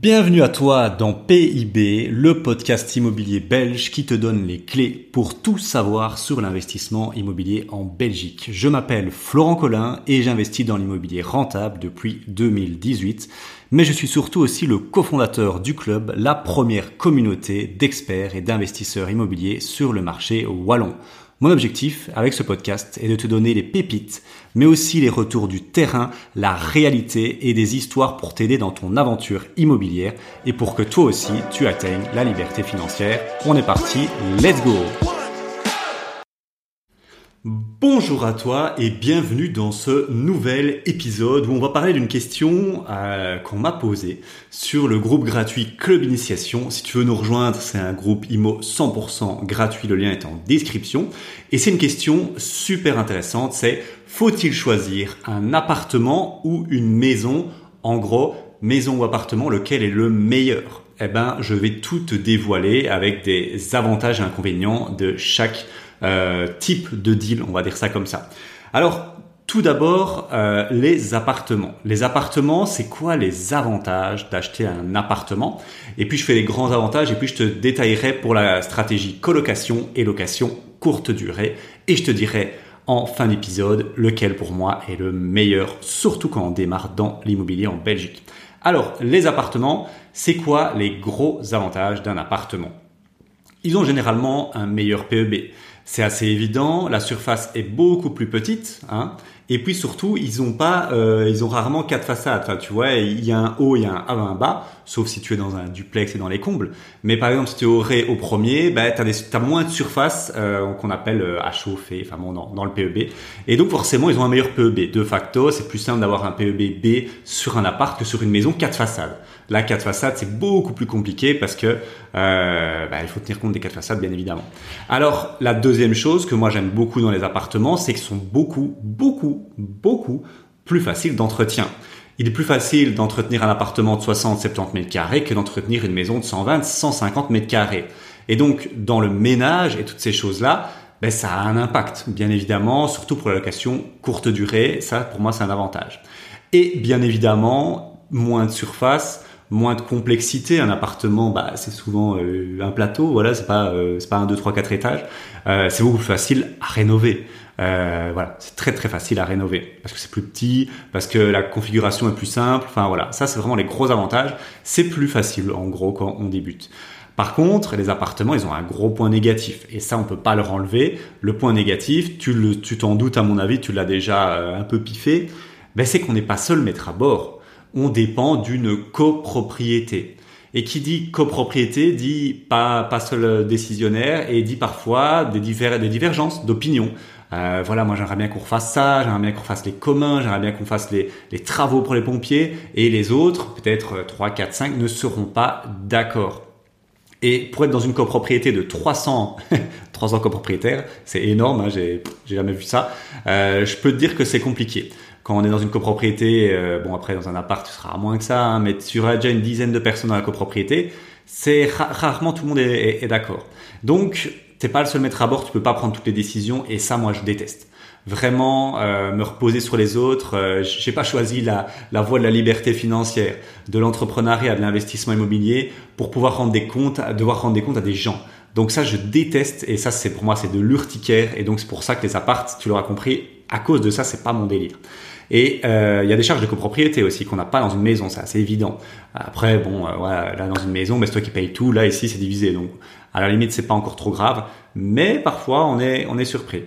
Bienvenue à toi dans PIB, le podcast immobilier belge qui te donne les clés pour tout savoir sur l'investissement immobilier en Belgique. Je m'appelle Florent Collin et j'investis dans l'immobilier rentable depuis 2018. Mais je suis surtout aussi le cofondateur du club, la première communauté d'experts et d'investisseurs immobiliers sur le marché wallon. Mon objectif avec ce podcast est de te donner les pépites, mais aussi les retours du terrain, la réalité et des histoires pour t'aider dans ton aventure immobilière et pour que toi aussi tu atteignes la liberté financière. On est parti, let's go! Bonjour à toi et bienvenue dans ce nouvel épisode où on va parler d'une question qu'on m'a posée sur le groupe gratuit Club Initiation. Si tu veux nous rejoindre, c'est un groupe IMO 100% gratuit, le lien est en description. Et c'est une question super intéressante, c'est faut-il choisir un appartement ou une maison? En gros, maison ou appartement, lequel est le meilleur? Eh ben, je vais tout te dévoiler avec des avantages et inconvénients de chaque type de deal, on va dire ça comme ça. Alors, tout d'abord, les appartements. Les appartements, c'est quoi les avantages d'acheter un appartement? Et puis, je fais les grands avantages et puis je te détaillerai pour la stratégie colocation et location courte durée. Et je te dirai en fin d'épisode lequel pour moi est le meilleur, surtout quand on démarre dans l'immobilier en Belgique. Alors, les appartements, c'est quoi les gros avantages d'un appartement? Ils ont généralement un meilleur PEB. C'est assez évident, la surface est beaucoup plus petite, hein, et puis surtout, ils ont rarement quatre façades. Enfin, tu vois, il y a un haut, il y a un A, un bas, sauf si tu es dans un duplex et dans les combles. Mais par exemple, si tu es au premier, t'as moins de surface qu'on appelle à chauffer, enfin bon, dans le PEB. Et donc forcément, ils ont un meilleur PEB. De facto, c'est plus simple d'avoir un PEB B sur un appart que sur une maison quatre façades. Là, quatre façades, c'est beaucoup plus compliqué parce que il faut tenir compte des quatre façades, bien évidemment. Alors, la deuxième chose que moi j'aime beaucoup dans les appartements, c'est qu'ils sont beaucoup plus faciles d'entretien. Il est plus facile d'entretenir un appartement de 60-70 mètres carrés que d'entretenir une maison de 120-150 mètres carrés. Et donc, dans le ménage et toutes ces choses-là, ça a un impact, bien évidemment, surtout pour la location courte durée. Ça, pour moi, c'est un avantage. Et bien évidemment, moins de surface, moins de complexité. Un appartement, c'est souvent un plateau. Voilà, c'est pas 1, 2, 3, 4 étages. C'est beaucoup plus facile à rénover. C'est très très facile à rénover parce que c'est plus petit, parce que la configuration est plus simple. Enfin voilà, ça c'est vraiment les gros avantages. C'est plus facile en gros quand on débute. Par contre, les appartements, ils ont un gros point négatif et ça on peut pas leur enlever. Le point négatif, tu t'en doutes à mon avis, tu l'as déjà un peu piffé. C'est qu'on n'est pas seul maître à bord. On dépend d'une copropriété. Et qui dit copropriété dit pas seul décisionnaire et dit parfois des divergences d'opinion. Moi j'aimerais bien qu'on refasse ça, j'aimerais bien qu'on fasse les communs, j'aimerais bien qu'on fasse les travaux pour les pompiers et les autres, peut-être 3, 4, 5, ne seront pas d'accord. Et pour être dans une copropriété de 300 copropriétaires, c'est énorme, hein, j'ai jamais vu ça. Je peux te dire que c'est compliqué. Quand on est dans une copropriété, après dans un appart, tu seras à moins que ça, hein, mais tu auras déjà une dizaine de personnes dans la copropriété. C'est rarement tout le monde est d'accord. Donc, t'es pas le seul maître à bord, tu peux pas prendre toutes les décisions et ça, moi, je déteste. Vraiment, me reposer sur les autres. J'ai pas choisi la voie de la liberté financière, de l'entrepreneuriat, de l'investissement immobilier pour devoir rendre des comptes à des gens. Donc ça, je déteste et ça, pour moi, c'est de l'urticaire et donc c'est pour ça que les apparts, tu l'auras compris, à cause de ça, c'est pas mon délire. Et il y a des charges de copropriété aussi qu'on n'a pas dans une maison, c'est assez évident. Après, là dans une maison, c'est toi qui payes tout. Là ici, c'est divisé, donc à la limite, c'est pas encore trop grave. Mais parfois, on est surpris.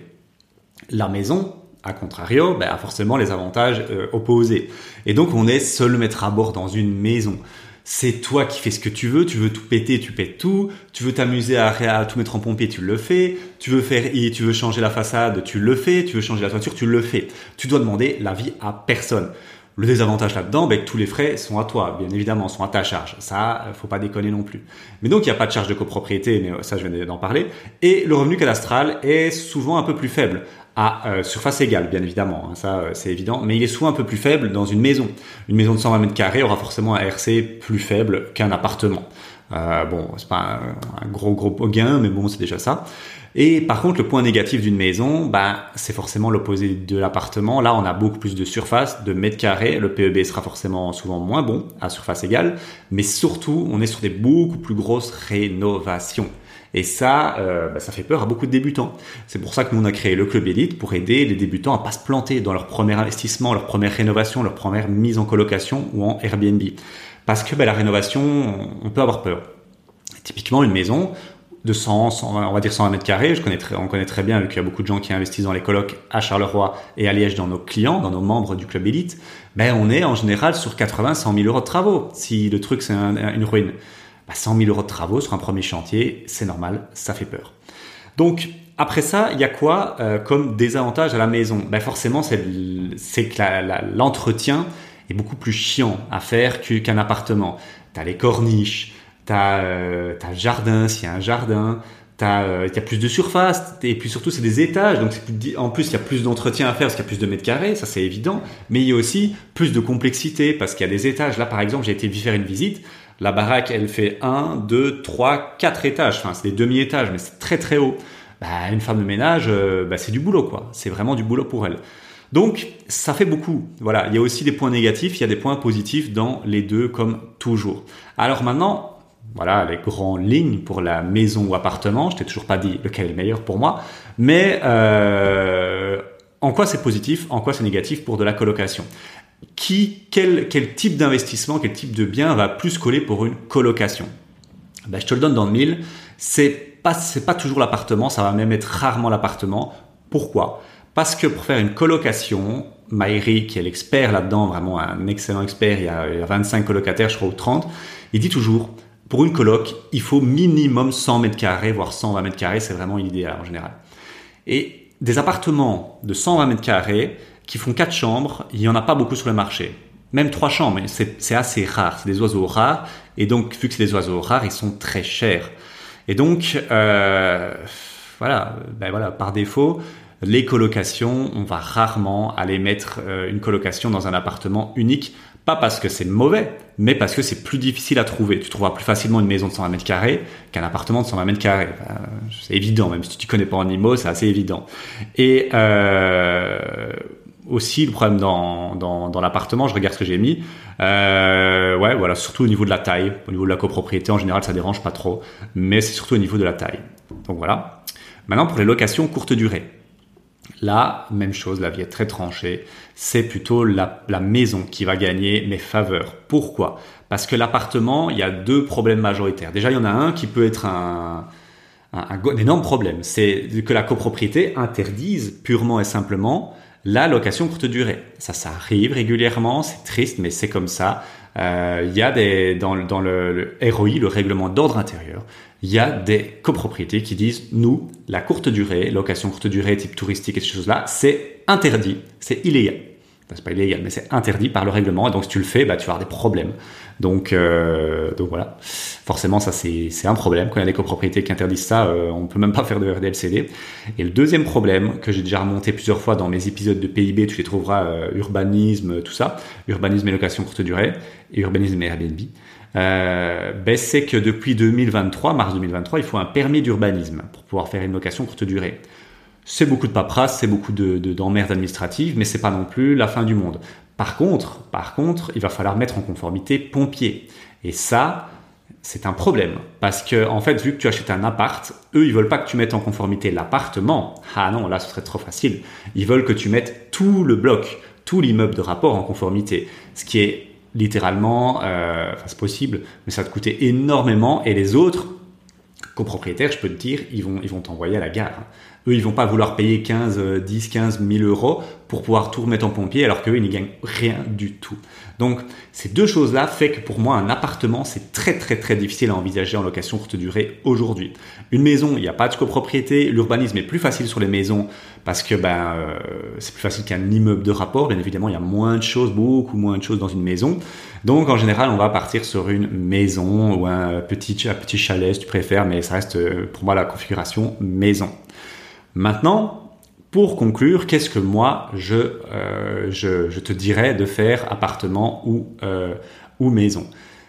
La maison, à contrario, a forcément les avantages opposés. Et donc, on est seul maître à bord dans une maison. C'est toi qui fais ce que tu veux tout péter, tu pètes tout, tu veux t'amuser à tout mettre en pompier, tu le fais, tu veux changer la façade, tu le fais, tu veux changer la toiture, tu le fais. Tu dois demander l'avis à personne. Le désavantage là-dedans, que tous les frais sont à toi, bien évidemment, sont à ta charge. Ça, faut pas déconner non plus. Mais donc, il n'y a pas de charge de copropriété, mais ça, je viens d'en parler. Et le revenu cadastral est souvent un peu plus faible. À surface égale, bien évidemment, hein, ça c'est évident, mais il est souvent un peu plus faible dans une maison. Une maison de 120 mètres carrés aura forcément un RC plus faible qu'un appartement. Bon, c'est pas un gros gain, mais bon, c'est déjà ça. Et par contre, le point négatif d'une maison, c'est forcément l'opposé de l'appartement. Là, on a beaucoup plus de surface, de mètres carrés. Le PEB sera forcément souvent moins bon à surface égale, mais surtout, on est sur des beaucoup plus grosses rénovations. Et ça, ça fait peur à beaucoup de débutants. C'est pour ça que nous, on a créé le Club Élite pour aider les débutants à pas se planter dans leur premier investissement, leur première rénovation, leur première mise en colocation ou en Airbnb. Parce que la rénovation, on peut avoir peur. Typiquement, une maison de 100, on va dire 120 mètres carrés, on connaît très bien, vu qu'il y a beaucoup de gens qui investissent dans les colocs à Charleroi et à Liège dans nos clients, dans nos membres du Club Élite, on est en général sur 80-100 000 euros de travaux. Si le truc, c'est une ruine. 100 000 euros de travaux sur un premier chantier, c'est normal, ça fait peur. Donc, après ça, il y a quoi comme désavantage à la maison? Forcément, c'est que l'entretien est beaucoup plus chiant à faire qu'un appartement. T'as les corniches, t'as le jardin, s'il y a un jardin, il y a plus de surface, et puis surtout, c'est des étages, donc en plus, il y a plus d'entretien à faire parce qu'il y a plus de mètres carrés, ça c'est évident, mais il y a aussi plus de complexité parce qu'il y a des étages. Là, par exemple, j'ai été faire une visite. La baraque, elle fait 1, 2, 3, 4 étages. Enfin, c'est des demi-étages, mais c'est très très haut. Une femme de ménage, c'est du boulot, quoi. C'est vraiment du boulot pour elle. Donc, ça fait beaucoup. Voilà. Il y a aussi des points négatifs, il y a des points positifs dans les deux, comme toujours. Alors maintenant, voilà les grandes lignes pour la maison ou appartement. Je t'ai toujours pas dit lequel est le meilleur pour moi. Mais en quoi c'est positif, en quoi c'est négatif pour de la colocation? Quel type d'investissement, quel type de bien va plus coller pour une colocation? Je te le donne dans le mille. C'est pas toujours l'appartement, ça va même être rarement l'appartement. Pourquoi? Parce que pour faire une colocation, Maïri, qui est l'expert là-dedans, vraiment un excellent expert, il y a 25 colocataires, je crois, ou 30, il dit toujours, pour une coloc, il faut minimum 100 mètres carrés, voire 120 mètres carrés, c'est vraiment l'idéal en général. Et des appartements de 120 mètres carrés, qui font 4 chambres, il n'y en a pas beaucoup sur le marché. Même 3 chambres, c'est assez rare. C'est des oiseaux rares. Et donc, vu que c'est des oiseaux rares, ils sont très chers. Et donc, par défaut, les colocations, on va rarement aller mettre une colocation dans un appartement unique. Pas parce que c'est mauvais, mais parce que c'est plus difficile à trouver. Tu trouveras plus facilement une maison de 120 mètres carrés qu'un appartement de 120 mètres carrés. C'est évident, même si tu ne connais pas en IMO, c'est assez évident. Et aussi le problème dans l'appartement, je regarde ce que j'ai mis, surtout au niveau de la taille, au niveau de la copropriété en général ça dérange pas trop, mais c'est surtout au niveau de la taille. Donc voilà. Maintenant pour les locations courte durée, là même chose, la vie est très tranchée, c'est plutôt la maison qui va gagner mes faveurs. Pourquoi? Parce que l'appartement, il y a 2 problèmes majoritaires. Déjà il y en a un qui peut être un énorme problème, c'est que la copropriété interdise purement et simplement la location courte durée. Ça arrive régulièrement, c'est triste, mais c'est comme ça. Il y a dans le ROI, le règlement d'ordre intérieur, il y a des copropriétés qui disent, nous, la courte durée, location courte durée, type touristique et ces choses-là, c'est interdit, c'est illégal. Enfin, c'est pas illégal, mais c'est interdit par le règlement. Et donc, si tu le fais, tu vas avoir des problèmes. Donc voilà. Forcément, ça, c'est un problème. Quand il y a des copropriétés qui interdisent ça, on peut même pas faire de RDLCD. Et le deuxième problème, que j'ai déjà remonté plusieurs fois dans mes épisodes de PIB, tu les trouveras, urbanisme, tout ça. Urbanisme et location courte durée. Et urbanisme et Airbnb. C'est que depuis 2023, mars 2023, il faut un permis d'urbanisme pour pouvoir faire une location courte durée. C'est beaucoup de paperasse, c'est beaucoup d'emmerdes administratives, mais c'est pas non plus la fin du monde. Par contre, il va falloir mettre en conformité pompier. Et ça, c'est un problème. Parce que, en fait, vu que tu achètes un appart, eux, ils veulent pas que tu mettes en conformité l'appartement. Ah non, là, ce serait trop facile. Ils veulent que tu mettes tout le bloc, tout l'immeuble de rapport en conformité. Ce qui est littéralement, c'est possible, mais ça va te coûter énormément. Et les autres copropriétaires, je peux te dire, ils vont t'envoyer à la gare. Eux, ils vont pas vouloir payer 10, 15 000 euros pour pouvoir tout remettre en pompier, alors qu'eux, ils n'y gagnent rien du tout. Donc, ces 2 choses-là fait que pour moi, un appartement, c'est très, très, très difficile à envisager en location courte durée aujourd'hui. Une maison, il n'y a pas de copropriété. L'urbanisme est plus facile sur les maisons parce que c'est plus facile qu'un immeuble de rapport. Bien évidemment, il y a moins de choses, beaucoup moins de choses dans une maison. Donc, en général, on va partir sur une maison ou un petit chalet, si tu préfères, mais ça reste pour moi la configuration maison. Maintenant, pour conclure, qu'est-ce que moi je te dirais de faire appartement ou maison?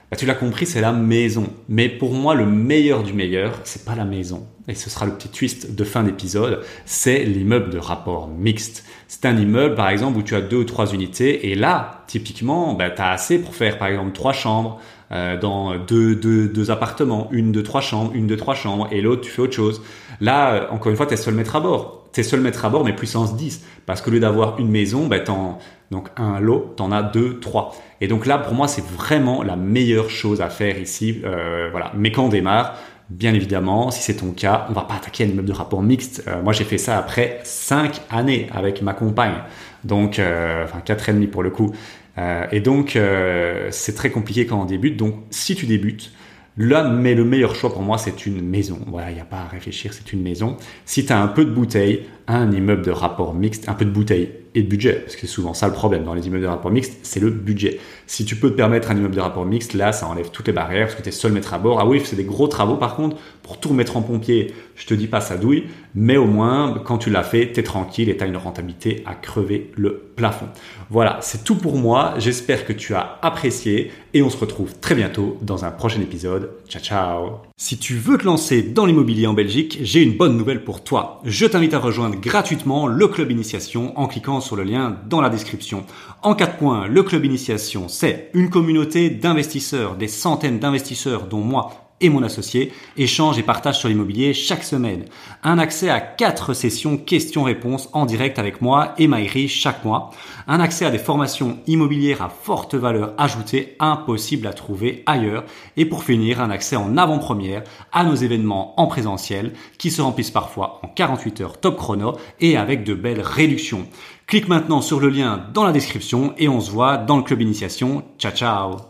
Bah, tu l'as compris, c'est la maison. Mais pour moi, le meilleur du meilleur, c'est pas la maison. Et ce sera le petit twist de fin d'épisode, c'est l'immeuble de rapport mixte. C'est un immeuble, par exemple, où tu as 2 ou 3 unités. Et là, typiquement, bah, tu as assez pour faire, par exemple, 3 chambres dans deux appartements. Une de 3 chambres, une de 3 chambres. Et l'autre, tu fais autre chose. Là, encore une fois, tu es seul maître à bord. Tu es seul maître à bord, mais puissance 10. Parce qu'au lieu d'avoir une maison, bah, donc un lot, tu en as 2, 3. Et donc là, pour moi, c'est vraiment la meilleure chose à faire ici. Voilà. Mais quand on démarre, bien évidemment, si c'est ton cas, on va pas attaquer un immeuble de rapport mixte. Moi, j'ai fait ça après 5 années avec ma compagne. Donc, 4 et demi pour le coup. Et donc, c'est très compliqué quand on débute. Donc, si tu débutes, là, mais le meilleur choix pour moi, c'est une maison. Voilà, il n'y a pas à réfléchir, c'est une maison. Si tu as un peu de bouteille, un immeuble de rapport mixte, un peu de bouteille et de budget, parce que c'est souvent ça le problème dans les immeubles de rapport mixte, c'est le budget. Si tu peux te permettre un immeuble de rapport mixte, là, ça enlève toutes les barrières, parce que tu es seul maître à bord. Ah oui, c'est des gros travaux par contre, pour tout remettre en pompier, je te dis pas ça douille, mais au moins, quand tu l'as fait, tu es tranquille et tu as une rentabilité à crever le plafond. Voilà, c'est tout pour moi. J'espère que tu as apprécié et on se retrouve très bientôt dans un prochain épisode. Ciao, ciao. Si tu veux te lancer dans l'immobilier en Belgique, j'ai une bonne nouvelle pour toi. Je t'invite à rejoindre gratuitement le Club Initiation en cliquant sur le lien dans la description. En 4 points, le Club Initiation, c'est une communauté d'investisseurs, des centaines d'investisseurs dont moi et mon associé échangent et partagent sur l'immobilier chaque semaine. Un accès à 4 sessions questions-réponses en direct avec moi et Maïri chaque mois. Un accès à des formations immobilières à forte valeur ajoutée, impossible à trouver ailleurs. Et pour finir, un accès en avant-première à nos événements en présentiel qui se remplissent parfois en 48 heures top chrono et avec de belles réductions. Clique maintenant sur le lien dans la description et on se voit dans le Club Initiation. Ciao, ciao!